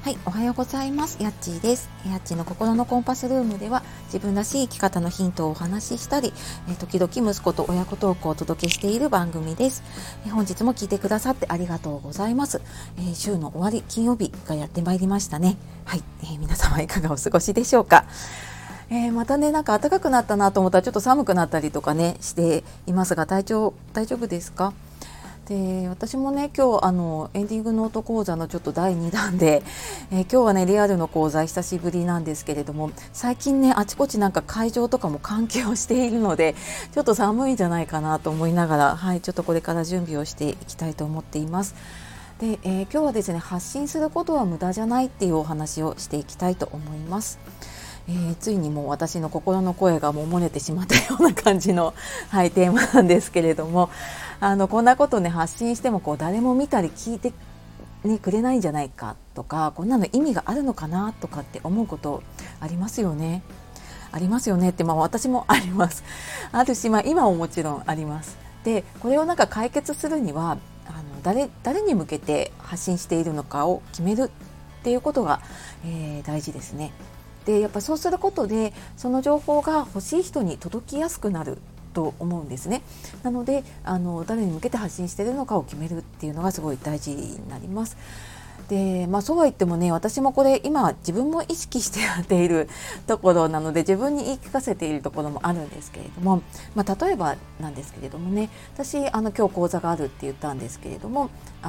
はい、おはようございます。やっちーです。やっちーの心のコンパスルームでは、自分らしい生き方のヒントをお話ししたり、時々息子と親子トークをお届けしている番組です。本日も聞いてくださってありがとうございます。週の終わり、金曜日がやってまいりましたね。はい、皆様いかがお過ごしでしょうか。またね、なんか暖かくなったなと思ったらちょっと寒くなったりとかねしていますが、大丈夫ですか？で、私もね、今日エンディングノート講座のちょっと第2弾で、今日はねリアルの講座久しぶりなんですけれども、最近ねあちこちなんか会場とかも換気をしているのでちょっと寒いんじゃないかなと思いながら、はい、ちょっとこれから準備をしていきたいと思っています。で、今日はですね、発信することは無駄じゃないっていうお話をしていきたいと思います。ついにもう私の心の声がもう漏れてしまったような感じの、はい、テーマなんですけれども、こんなことね発信しても誰も見たり聞いて、ね、くれないんじゃないかとか、こんなの意味があるのかなとかって思うことありますよね。ありますよねって、私もあります。あるし、今ももちろんあります。で、これをなんか解決するには誰に向けて発信しているのかを決めるっていうことが、大事ですね。で、やっぱそうすることでその情報が欲しい人に届きやすくなると思うんですね。なので誰に向けて発信しているのかを決めるっていうのがすごい大事になります。で、そうは言ってもね、私もこれ今自分も意識してやっているところなので、自分に言い聞かせているところもあるんですけれども、例えばなんですけれどもね、私今日講座があるって言ったんですけれども、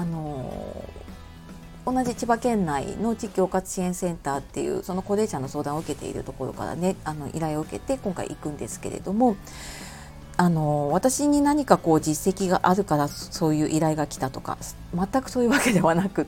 同じ千葉県内の地域包括支援センターっていうその高齢者の相談を受けているところからね依頼を受けて今回行くんですけれども、私に何か実績があるからそういう依頼が来たとか全くそういうわけではなくって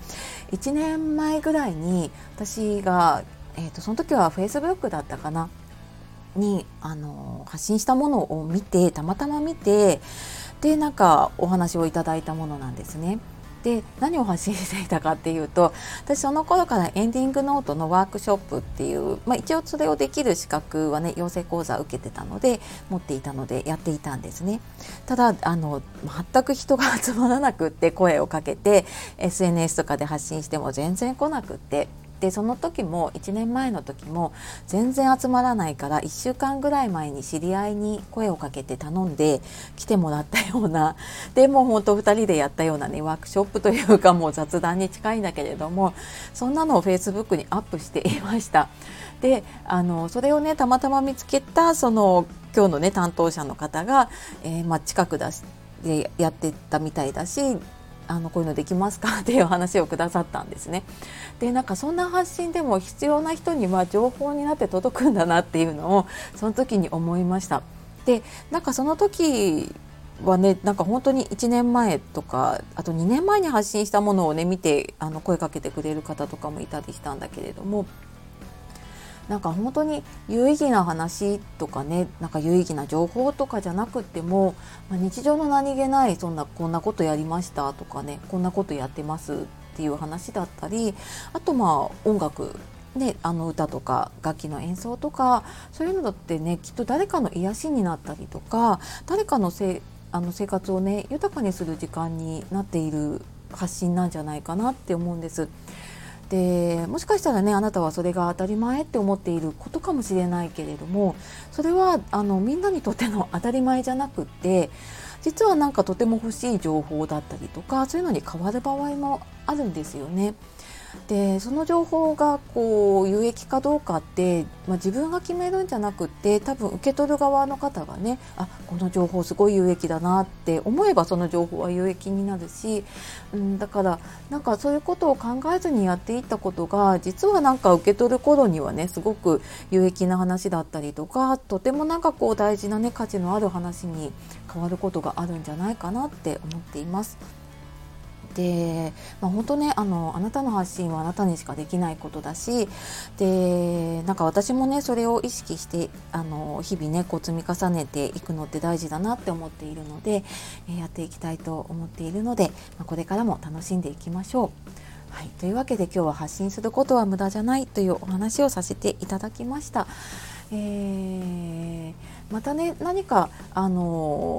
、1年前ぐらいに私が、その時は Facebook だったかなに発信したものをたまたま見て、でなんかお話をいただいたものなんですね。で、何を発信していたかっていうと、私その頃からエンディングノートのワークショップっていう、一応それをできる資格はね養成講座を受けてたので持っていたのでやっていたんですね。ただ全く人が集まらなくって、声をかけて SNS とかで発信しても全然来なくって、でその時も1年前の時も全然集まらないから、1週間ぐらい前に知り合いに声をかけて頼んで来てもらったような、でもう本当2人でやったようなねワークショップというか、もう雑談に近いんだけれども、そんなのを Facebook にアップしていました。でそれをねたまたま見つけたその今日のね担当者の方が、近くでやってたみたいだし、こういうのできますかっていう話をくださったんですね。で、なんかそんな発信でも必要な人には情報になって届くんだなっていうのをその時に思いました。で、なんかその時はね、なんか本当に1年前とかあと2年前に発信したものをね見て声かけてくれる方とかもいたりしたんだけれども、なんか本当に有意義な話とかね、なんか有意義な情報とかじゃなくても、日常の何気ないこんなことやりましたとかね、こんなことやってますっていう話だったり、あと音楽ね、歌とか楽器の演奏とか、そういうのだってねきっと誰かの癒しになったりとか、誰かの生活をね豊かにする時間になっている発信なんじゃないかなって思うんです。で、もしかしたらねあなたはそれが当たり前って思っていることかもしれないけれども、それはみんなにとっての当たり前じゃなくって、実はなんかとても欲しい情報だったりとか、そういうのに変わる場合もあるんですよね。で、その情報が有益かどうかって、自分が決めるんじゃなくって、多分受け取る側の方がね、この情報すごい有益だなって思えばその情報は有益になるし、だからなんかそういうことを考えずにやっていったことが、実はなんか受け取る頃にはねすごく有益な話だったりとか、とてもなんか大事なね価値のある話に変わることがあるんじゃないかなって思っています。で、本当ねあなたの発信はあなたにしかできないことだし、でなんか私もねそれを意識して日々ね積み重ねていくのって大事だなって思っているので、やっていきたいと思っているので、これからも楽しんでいきましょう。はい、というわけで今日は発信することは無駄じゃないというお話をさせていただきました。またね何か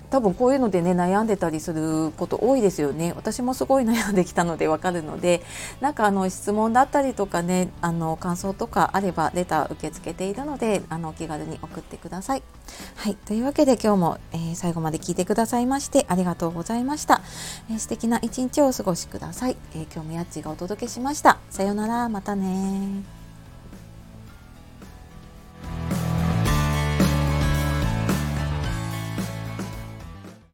多分こういうのでね悩んでたりすること多いですよね。私もすごい悩んできたのでわかるので、なんか質問だったりとかね、感想とかあればレター受け付けているので、お気軽に送ってください。はい、というわけで今日も、最後まで聞いてくださいましてありがとうございました。素敵な一日をお過ごしください。今日もやっちがお届けしました。さようなら、またね。